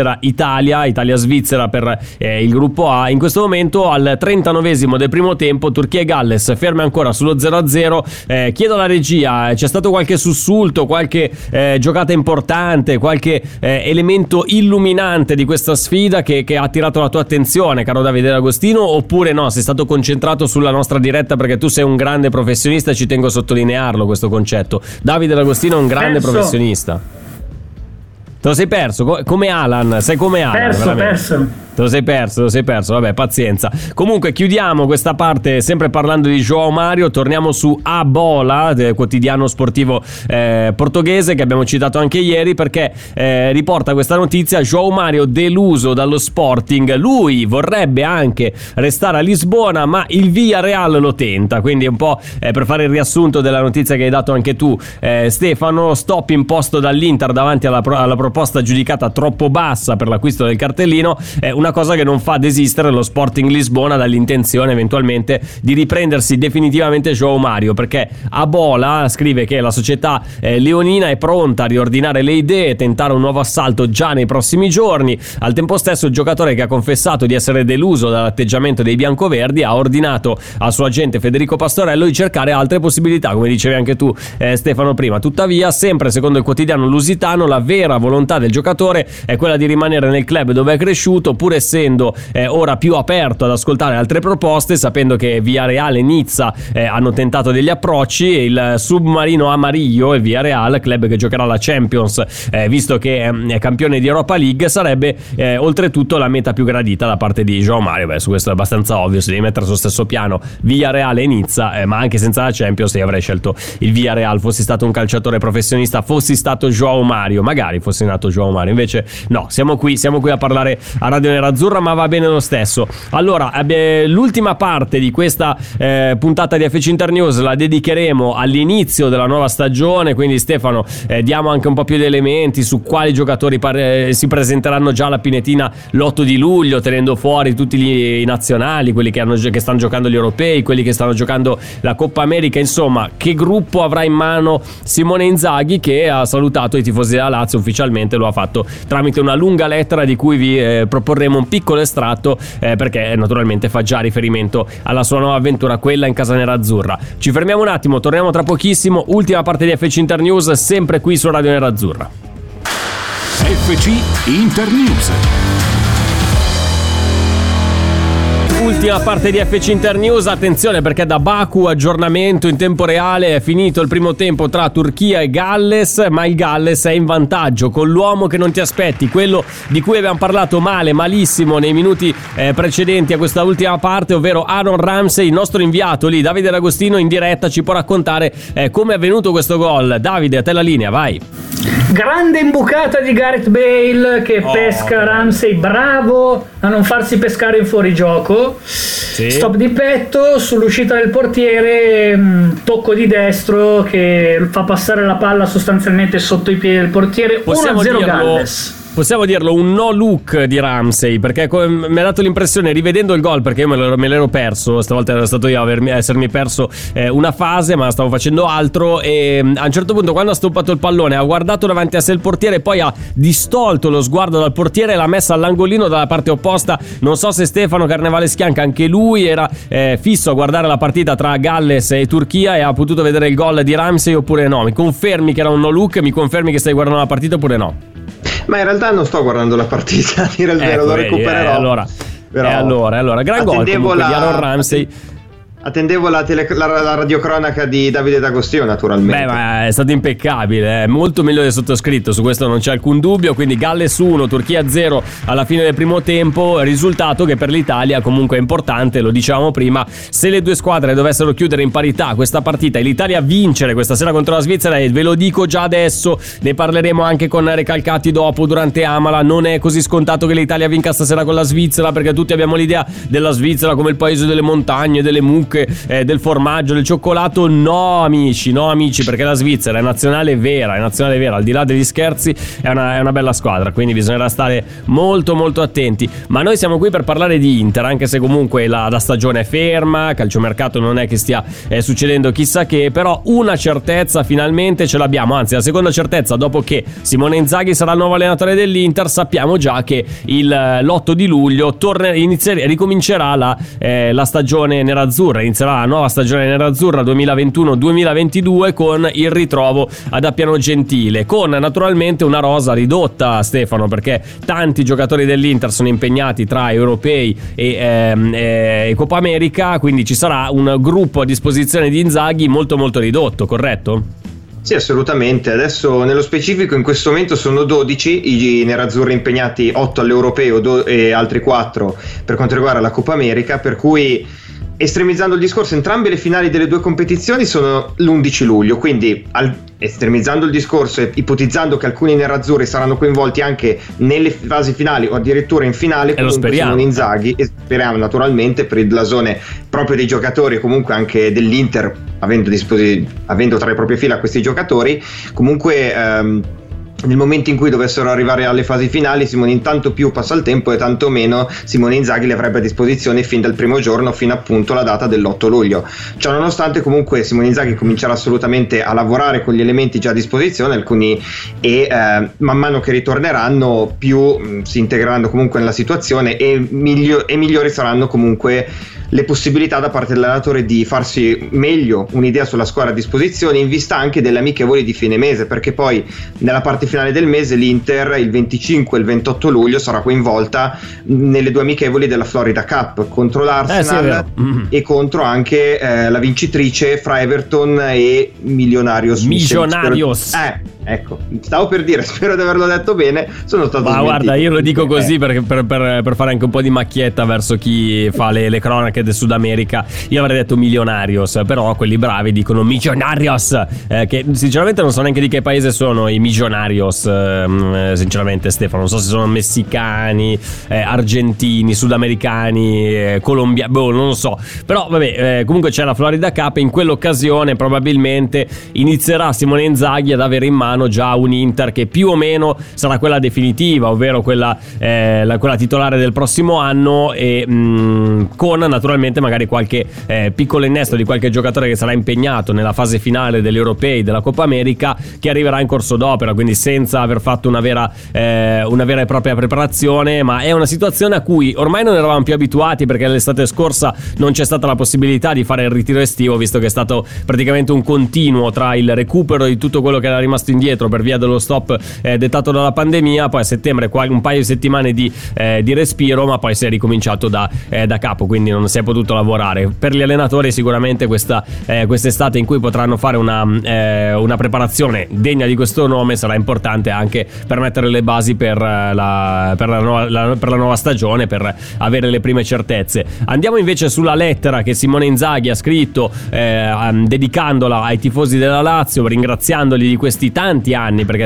Italia-Svizzera per il gruppo A. In questo momento al 39esimo del primo tempo Turchia e Galles ferme ancora sullo 0-0. Chiedo alla regia, c'è stato qualche sussulto, qualche giocata importante, qualche elemento illuminante di questa sfida che ha attirato la tua attenzione, caro Davide D'Agostino, oppure no, sei stato concentrato sulla nostra diretta perché tu sei un grande professionista e ci tengo a sottolinearlo questo concetto. Davide D'Agostino è un grande professionista. Te lo sei perso, come Alan, sei come Alan. Perso. Te lo sei perso, vabbè, pazienza. Comunque chiudiamo questa parte sempre parlando di João Mario, torniamo su A Bola, quotidiano sportivo portoghese che abbiamo citato anche ieri, perché riporta questa notizia: João Mario deluso dallo Sporting, lui vorrebbe anche restare a Lisbona ma il Villarreal lo tenta. Quindi un po' per fare il riassunto della notizia che hai dato anche tu, Stefano, stop imposto dall'Inter davanti alla proposta giudicata troppo bassa per l'acquisto del cartellino, una cosa che non fa desistere lo Sporting Lisbona dall'intenzione eventualmente di riprendersi definitivamente João Mario, perché A Bola scrive che la società leonina è pronta a riordinare le idee e tentare un nuovo assalto già nei prossimi giorni. Al tempo stesso il giocatore, che ha confessato di essere deluso dall'atteggiamento dei biancoverdi, ha ordinato al suo agente Federico Pastorello di cercare altre possibilità, come dicevi anche tu Stefano prima. Tuttavia, sempre secondo il quotidiano lusitano, la vera volontà del giocatore è quella di rimanere nel club dove è cresciuto, pur essendo ora più aperto ad ascoltare altre proposte, sapendo che Villarreal e Nizza hanno tentato degli approcci. Il submarino amarillo, il Villarreal, club che giocherà la Champions, visto che è campione di Europa League, sarebbe oltretutto la meta più gradita da parte di João Mario. Beh, su questo è abbastanza ovvio, se devi mettere sullo stesso piano Villarreal e Nizza, ma anche senza la Champions io avrei scelto il Villarreal. Fossi stato un calciatore professionista, fossi stato João Mario, magari fossi nato João Mario, invece no, siamo qui a parlare a Radio Nerazzurra, ma va bene lo stesso. Allora, l'ultima parte di questa puntata di FC Internews la dedicheremo all'inizio della nuova stagione, quindi Stefano, diamo anche un po' più di elementi su quali giocatori si presenteranno già alla Pinetina l'8 di luglio, tenendo fuori tutti i nazionali, quelli che stanno giocando gli europei, quelli che stanno giocando la Coppa America. Insomma, che gruppo avrà in mano Simone Inzaghi, che ha salutato i tifosi della Lazio ufficialmente, lo ha fatto tramite una lunga lettera di cui vi proporremo un piccolo estratto, perché naturalmente fa già riferimento alla sua nuova avventura, quella in casa nerazzurra. Ci fermiamo un attimo, torniamo tra pochissimo. Ultima parte di FC Internews, sempre qui su Radio Nerazzurra. FC Internews. ultima parte di FC Internews. Attenzione, perché da Baku aggiornamento in tempo reale. È finito il primo tempo tra Turchia e Galles, ma il Galles è in vantaggio con l'uomo che non ti aspetti, quello di cui abbiamo parlato malissimo nei minuti precedenti a questa ultima parte, ovvero Aaron Ramsey. Il nostro inviato lì, Davide D'Agostino, in diretta ci può raccontare come è avvenuto questo gol. Davide, a te la linea, vai. Grande imbucata di Gareth Bale che pesca Ramsey, bravo a non farsi pescare in fuorigioco. Sì. Stop di petto sull'uscita del portiere, tocco di destro che fa passare la palla sostanzialmente sotto i piedi del portiere. 1-0 Galles. Possiamo dirlo, un no look di Ramsey, perché mi ha dato l'impressione, rivedendo il gol, perché io me l'ero perso, stavolta ero stato io a essermi perso una fase, ma stavo facendo altro, e a un certo punto, quando ha stoppato il pallone, ha guardato davanti a sé il portiere, poi ha distolto lo sguardo dal portiere e l'ha messa all'angolino dalla parte opposta. Non so se Stefano Carnevale Schianca, anche lui era fisso a guardare la partita tra Galles e Turchia e ha potuto vedere il gol di Ramsey oppure no. Mi confermi che era un no look? Mi confermi che stai guardando la partita oppure no? Ma in realtà non sto guardando la partita, a dire il vero, lo recupererò. Allora, gran gol comunque di Aaron Ramsey. Attendevo la radiocronaca di Davide D'Agostino, naturalmente. Beh, ma è stato impeccabile, molto meglio del sottoscritto, su questo non c'è alcun dubbio. Quindi Galles 1, Turchia 0 alla fine del primo tempo, risultato che per l'Italia comunque è importante, lo dicevamo prima. Se le due squadre dovessero chiudere in parità questa partita e l'Italia vincere questa sera contro la Svizzera, e ve lo dico già adesso, ne parleremo anche con Recalcati dopo durante Amala, non è così scontato che l'Italia vinca stasera con la Svizzera, perché tutti abbiamo l'idea della Svizzera come il paese delle montagne, delle mucche, del formaggio, del cioccolato. No amici, perché la Svizzera è nazionale vera, al di là degli scherzi è una bella squadra, quindi bisognerà stare molto attenti. Ma noi siamo qui per parlare di Inter, anche se comunque la stagione è ferma, calciomercato non è che stia succedendo chissà che, però una certezza finalmente ce l'abbiamo, anzi la seconda certezza dopo che Simone Inzaghi sarà il nuovo allenatore dell'Inter. Sappiamo già che l'8 di luglio ricomincerà la stagione nerazzurra. Inizierà la nuova stagione nerazzurra 2021-2022 con il ritrovo ad Appiano Gentile, con naturalmente una rosa ridotta, Stefano, perché tanti giocatori dell'Inter sono impegnati tra europei e Coppa America, quindi ci sarà un gruppo a disposizione di Inzaghi molto ridotto, corretto? Sì, assolutamente. Adesso nello specifico in questo momento sono 12 i nerazzurri impegnati, 8 all'europeo e altri 4 per quanto riguarda la Coppa America, per cui, estremizzando il discorso, entrambe le finali delle due competizioni sono l'11 luglio, quindi estremizzando il discorso e ipotizzando che alcuni nerazzurri saranno coinvolti anche nelle fasi finali o addirittura in finale, comunque Simone Inzaghi, e speriamo naturalmente per il blasone proprio dei giocatori e comunque anche dell'Inter, avendo tra le proprie fila questi giocatori, comunque nel momento in cui dovessero arrivare alle fasi finali, Simone, intanto più passa il tempo e tanto meno Simone Inzaghi le avrebbe a disposizione fin dal primo giorno, fino appunto alla data dell'8 luglio. Ciò nonostante, comunque Simone Inzaghi comincerà assolutamente a lavorare con gli elementi già a disposizione, alcuni, e man mano che ritorneranno più si integreranno comunque nella situazione e migliori saranno comunque le possibilità da parte dell'allenatore di farsi meglio un'idea sulla squadra a disposizione, in vista anche delle amichevoli di fine mese, perché poi nella parte finale del mese l'Inter il 25 e il 28 luglio sarà coinvolta nelle due amichevoli della Florida Cup contro l'Arsenal e contro anche la vincitrice fra Everton e Millonarios. Ecco, stavo per dire, spero di averlo detto bene, sono stato smentito. Guarda, io lo dico così per fare anche un po' di macchietta verso chi fa le cronache del Sud America. Io avrei detto Millonarios, però quelli bravi dicono Millonarios, che sinceramente non so neanche di che paese sono i Millonarios, sinceramente, Stefano, non so se sono messicani, argentini, sudamericani, colombiani, non lo so, però vabbè, comunque c'è la Florida Cup e in quell'occasione probabilmente inizierà Simone Inzaghi ad avere in mano già un Inter che più o meno sarà quella definitiva, ovvero quella titolare del prossimo anno, e con naturalmente naturalmente magari qualche piccolo innesto di qualche giocatore che sarà impegnato nella fase finale degli europei, della Coppa America, che arriverà in corso d'opera, quindi senza aver fatto una vera e propria preparazione. Ma è una situazione a cui ormai non eravamo più abituati, perché l'estate scorsa non c'è stata la possibilità di fare il ritiro estivo, visto che è stato praticamente un continuo tra il recupero di tutto quello che era rimasto indietro per via dello stop dettato dalla pandemia, poi a settembre un paio di settimane di respiro, ma poi si è ricominciato da capo, quindi non si è potuto lavorare. Per gli allenatori sicuramente quest'estate, in cui potranno fare una preparazione degna di questo nome, sarà importante anche per mettere le basi per la nuova stagione, per avere le prime certezze. Andiamo invece sulla lettera che Simone Inzaghi ha scritto, dedicandola ai tifosi della Lazio, ringraziandoli di questi tanti anni, perché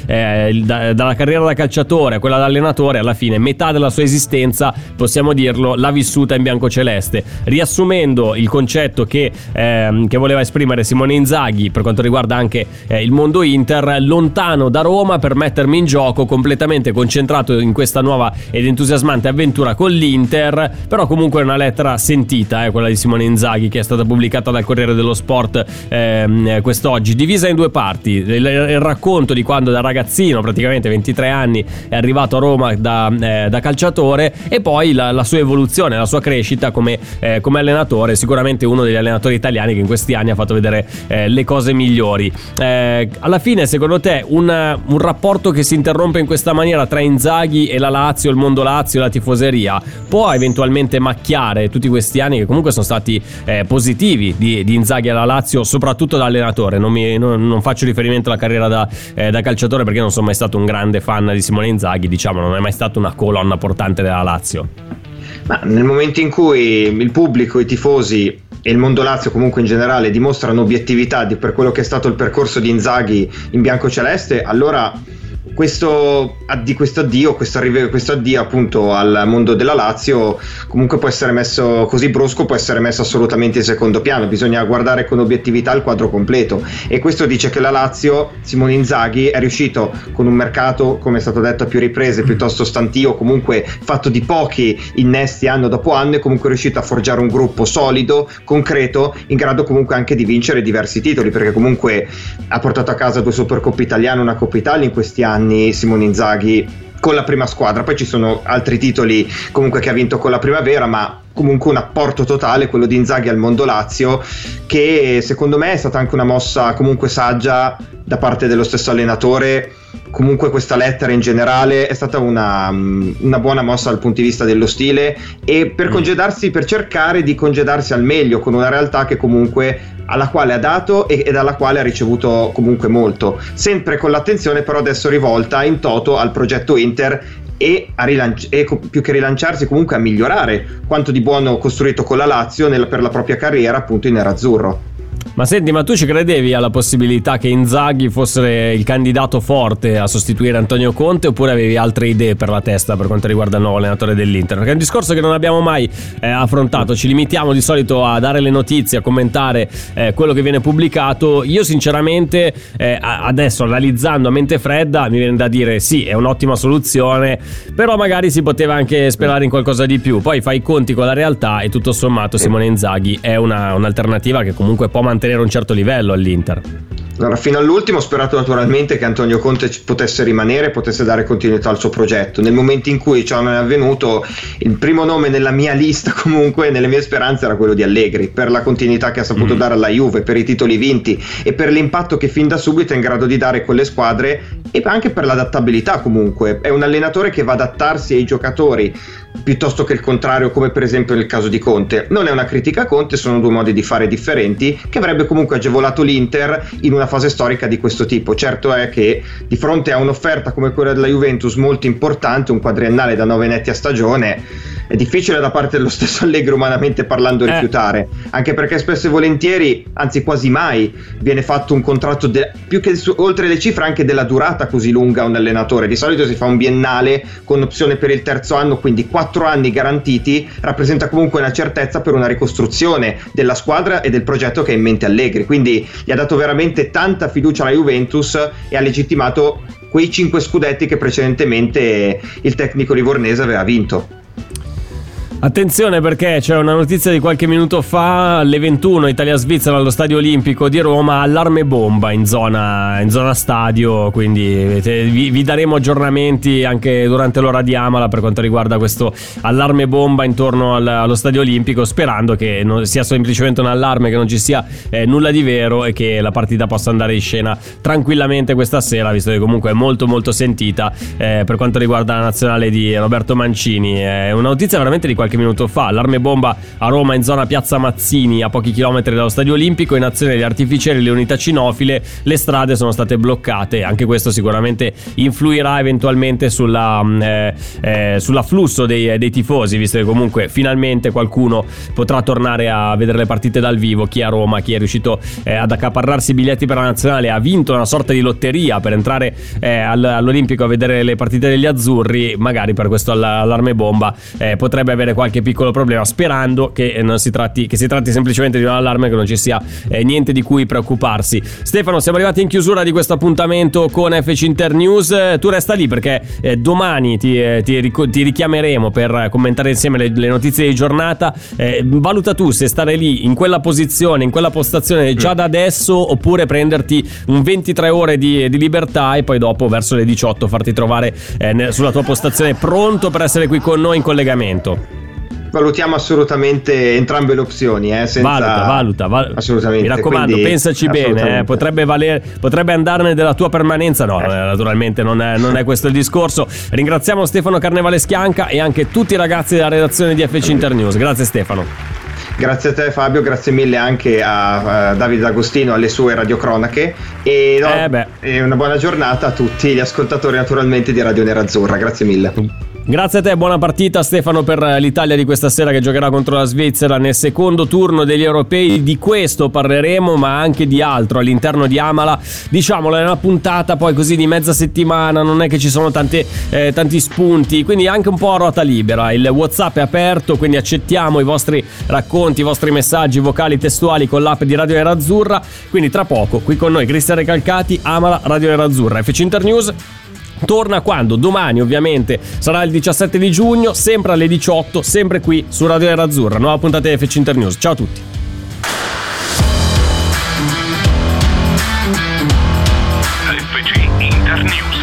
dalla carriera da calciatore a quella da allenatore, alla fine metà della sua esistenza, possiamo dirlo, l'ha vissuta in biancoceleste. Riassumendo il concetto che voleva esprimere Simone Inzaghi per quanto riguarda anche il mondo Inter: lontano da Roma per mettermi in gioco, completamente concentrato in questa nuova ed entusiasmante avventura con l'Inter. Però comunque è una lettera sentita, quella di Simone Inzaghi, che è stata pubblicata dal Corriere dello Sport quest'oggi, divisa in due parti: il racconto di quando da ragazzino, praticamente 23 anni, è arrivato a Roma da calciatore, e poi la sua evoluzione, la sua crescita come allenatore. Sicuramente uno degli allenatori italiani che in questi anni ha fatto vedere le cose migliori. Alla fine, secondo te, un rapporto che si interrompe in questa maniera tra Inzaghi e la Lazio, il mondo Lazio e la tifoseria, può eventualmente macchiare tutti questi anni che comunque sono stati positivi di Inzaghi alla Lazio, soprattutto da allenatore? Non faccio riferimento alla carriera da calciatore, perché non sono mai stato un grande fan di Simone Inzaghi, diciamo, non è mai stato una colonna portante della Lazio. Ma nel momento in cui il pubblico, i tifosi e il mondo Lazio comunque in generale dimostrano obiettività per quello che è stato il percorso di Inzaghi in biancoceleste, allora questo addio appunto al mondo della Lazio comunque può essere messo così brusco, può essere messo assolutamente in secondo piano. Bisogna guardare con obiettività il quadro completo, e questo dice che la Lazio, Simone Inzaghi, è riuscito con un mercato, come è stato detto a più riprese, piuttosto stantio, comunque fatto di pochi innesti anno dopo anno, e comunque è riuscito a forgiare un gruppo solido, concreto, in grado comunque anche di vincere diversi titoli, perché comunque ha portato a casa 2 Supercoppe italiane, una Coppa Italia in questi anni Simone Inzaghi con la prima squadra. Poi ci sono altri titoli comunque che ha vinto con la Primavera, ma comunque un apporto totale, quello di Inzaghi al mondo Lazio, che secondo me è stata anche una mossa comunque saggia da parte dello stesso allenatore. Comunque questa lettera in generale è stata una buona mossa dal punto di vista dello stile, e per cercare di congedarsi al meglio con una realtà che comunque alla quale ha dato e dalla quale ha ricevuto comunque molto, sempre con l'attenzione però adesso rivolta in toto al progetto Inter, e più che rilanciarsi comunque a migliorare quanto di buono costruito con la Lazio per la propria carriera appunto in nerazzurro. Ma senti, ma tu ci credevi alla possibilità che Inzaghi fosse il candidato forte a sostituire Antonio Conte, oppure avevi altre idee per la testa per quanto riguarda il nuovo allenatore dell'Inter? Perché è un discorso che non abbiamo mai affrontato. Ci limitiamo di solito a dare le notizie, a commentare quello che viene pubblicato. Io sinceramente adesso, analizzando a mente fredda, mi viene da dire sì, è un'ottima soluzione, però magari si poteva anche sperare in qualcosa di più. Poi fai i conti con la realtà e tutto sommato Simone Inzaghi è un'alternativa che comunque può mantenere un certo livello all'Inter. Allora, fino all'ultimo ho sperato naturalmente che Antonio Conte potesse rimanere, potesse dare continuità al suo progetto. Nel momento in cui ciò non è avvenuto, il primo nome nella mia lista, comunque nelle mie speranze, era quello di Allegri, per la continuità che ha saputo dare alla Juve, per i titoli vinti e per l'impatto che fin da subito è in grado di dare con le squadre, e anche per l'adattabilità. Comunque è un allenatore che va ad adattarsi ai giocatori piuttosto che il contrario, come per esempio nel caso di Conte. Non è una critica a Conte, sono due modi di fare differenti, che avrebbe comunque agevolato l'Inter in una fase storica di questo tipo. Certo è che di fronte a un'offerta come quella della Juventus molto importante, un quadriennale da 9 netti a stagione, è difficile da parte dello stesso Allegri, umanamente parlando, rifiutare, anche perché spesso e volentieri, anzi quasi mai, viene fatto un contratto più che oltre le cifre anche della durata così lunga a un allenatore. Di solito si fa un biennale con opzione per il terzo anno, quindi 4 anni garantiti rappresenta comunque una certezza per una ricostruzione della squadra e del progetto che ha in mente Allegri. Quindi gli ha dato veramente tanta fiducia alla Juventus e ha legittimato quei 5 scudetti che precedentemente il tecnico livornese aveva vinto. Attenzione, perché c'è una notizia di qualche minuto fa, alle 21 Italia-Svizzera allo Stadio Olimpico di Roma, allarme bomba in zona stadio, quindi vi daremo aggiornamenti anche durante l'ora di Amala per quanto riguarda questo allarme bomba intorno allo Stadio Olimpico, sperando che non sia semplicemente un allarme, che non ci sia nulla di vero e che la partita possa andare in scena tranquillamente questa sera, visto che comunque è molto molto sentita per quanto riguarda la nazionale di Roberto Mancini. È una notizia veramente di qualche minuto fa, allarme bomba a Roma in zona Piazza Mazzini, a pochi chilometri dallo Stadio Olimpico, in azione gli artificieri e le unità cinofile, le strade sono state bloccate, anche questo sicuramente influirà eventualmente sull'afflusso dei tifosi, visto che comunque finalmente qualcuno potrà tornare a vedere le partite dal vivo. Chi è a Roma, chi è riuscito ad accaparrarsi i biglietti per la nazionale, ha vinto una sorta di lotteria per entrare all'Olimpico a vedere le partite degli azzurri, magari per questo allarme bomba potrebbe avere qualche piccolo problema, sperando che si tratti semplicemente di un allarme, che non ci sia niente di cui preoccuparsi. Stefano, siamo arrivati in chiusura di questo appuntamento con FC Internews. Tu resta lì, perché domani ti richiameremo per commentare insieme le notizie di giornata. Valuta tu se stare lì in quella posizione, in quella postazione già da adesso, oppure prenderti un 23 ore di libertà e poi dopo verso le 18 farti trovare sulla tua postazione, pronto per essere qui con noi in collegamento. Valutiamo assolutamente entrambe le opzioni, senza... Valuta. Assolutamente. Mi raccomando, quindi, pensaci bene, potrebbe andarne della tua permanenza. No, naturalmente non è questo il discorso. Ringraziamo Stefano Carnevale Schianca e anche tutti i ragazzi della redazione di FC Internews. Grazie Stefano. Grazie a te Fabio, grazie mille anche a Davide D'Agostino alle sue radiocronache e una buona giornata a tutti gli ascoltatori naturalmente di Radio Nerazzurra. Grazie mille. Grazie a te, buona partita Stefano per l'Italia di questa sera, che giocherà contro la Svizzera nel secondo turno degli europei. Di questo parleremo, ma anche di altro all'interno di Amala. Diciamolo, è una puntata poi così di mezza settimana, non è che ci sono tanti spunti, quindi anche un po' a ruota libera. Il WhatsApp è aperto, quindi accettiamo i vostri racconti, i vostri messaggi vocali, testuali con l'app di Radio Nerazzurra. Quindi tra poco qui con noi Cristian Recalcati, Amala, Radio Nerazzurra. FC Internews torna quando? Domani ovviamente, sarà il 17 di giugno, sempre alle 18, sempre qui su Radio Nerazzurra. Nuova puntata di FC Internews. Ciao a tutti. FC Internews.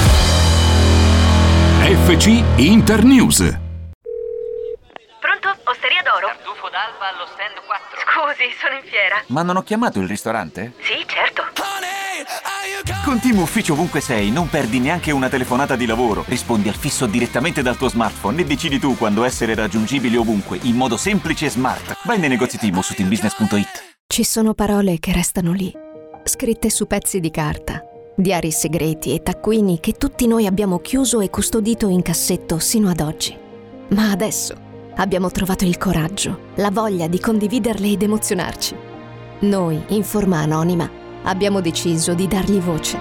FC Internews. Pronto? Osteria d'Oro? Tartufo d'alba allo stand 4. Scusi, sono in fiera. Ma non ho chiamato il ristorante? Sì, certo. Con Team Ufficio ovunque sei, non perdi neanche una telefonata di lavoro. Rispondi al fisso direttamente dal tuo smartphone e decidi tu quando essere raggiungibile ovunque, in modo semplice e smart. Vai nei negozi Team o su teambusiness.it. Ci sono parole che restano lì, scritte su pezzi di carta, diari segreti e taccuini che tutti noi abbiamo chiuso e custodito in cassetto sino ad oggi. Ma adesso abbiamo trovato il coraggio, la voglia di condividerle ed emozionarci. Noi, in forma anonima, abbiamo deciso di dargli voce.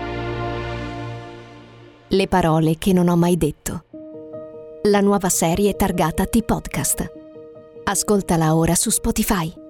Le parole che non ho mai detto. La nuova serie targata T-Podcast. Ascoltala ora su Spotify.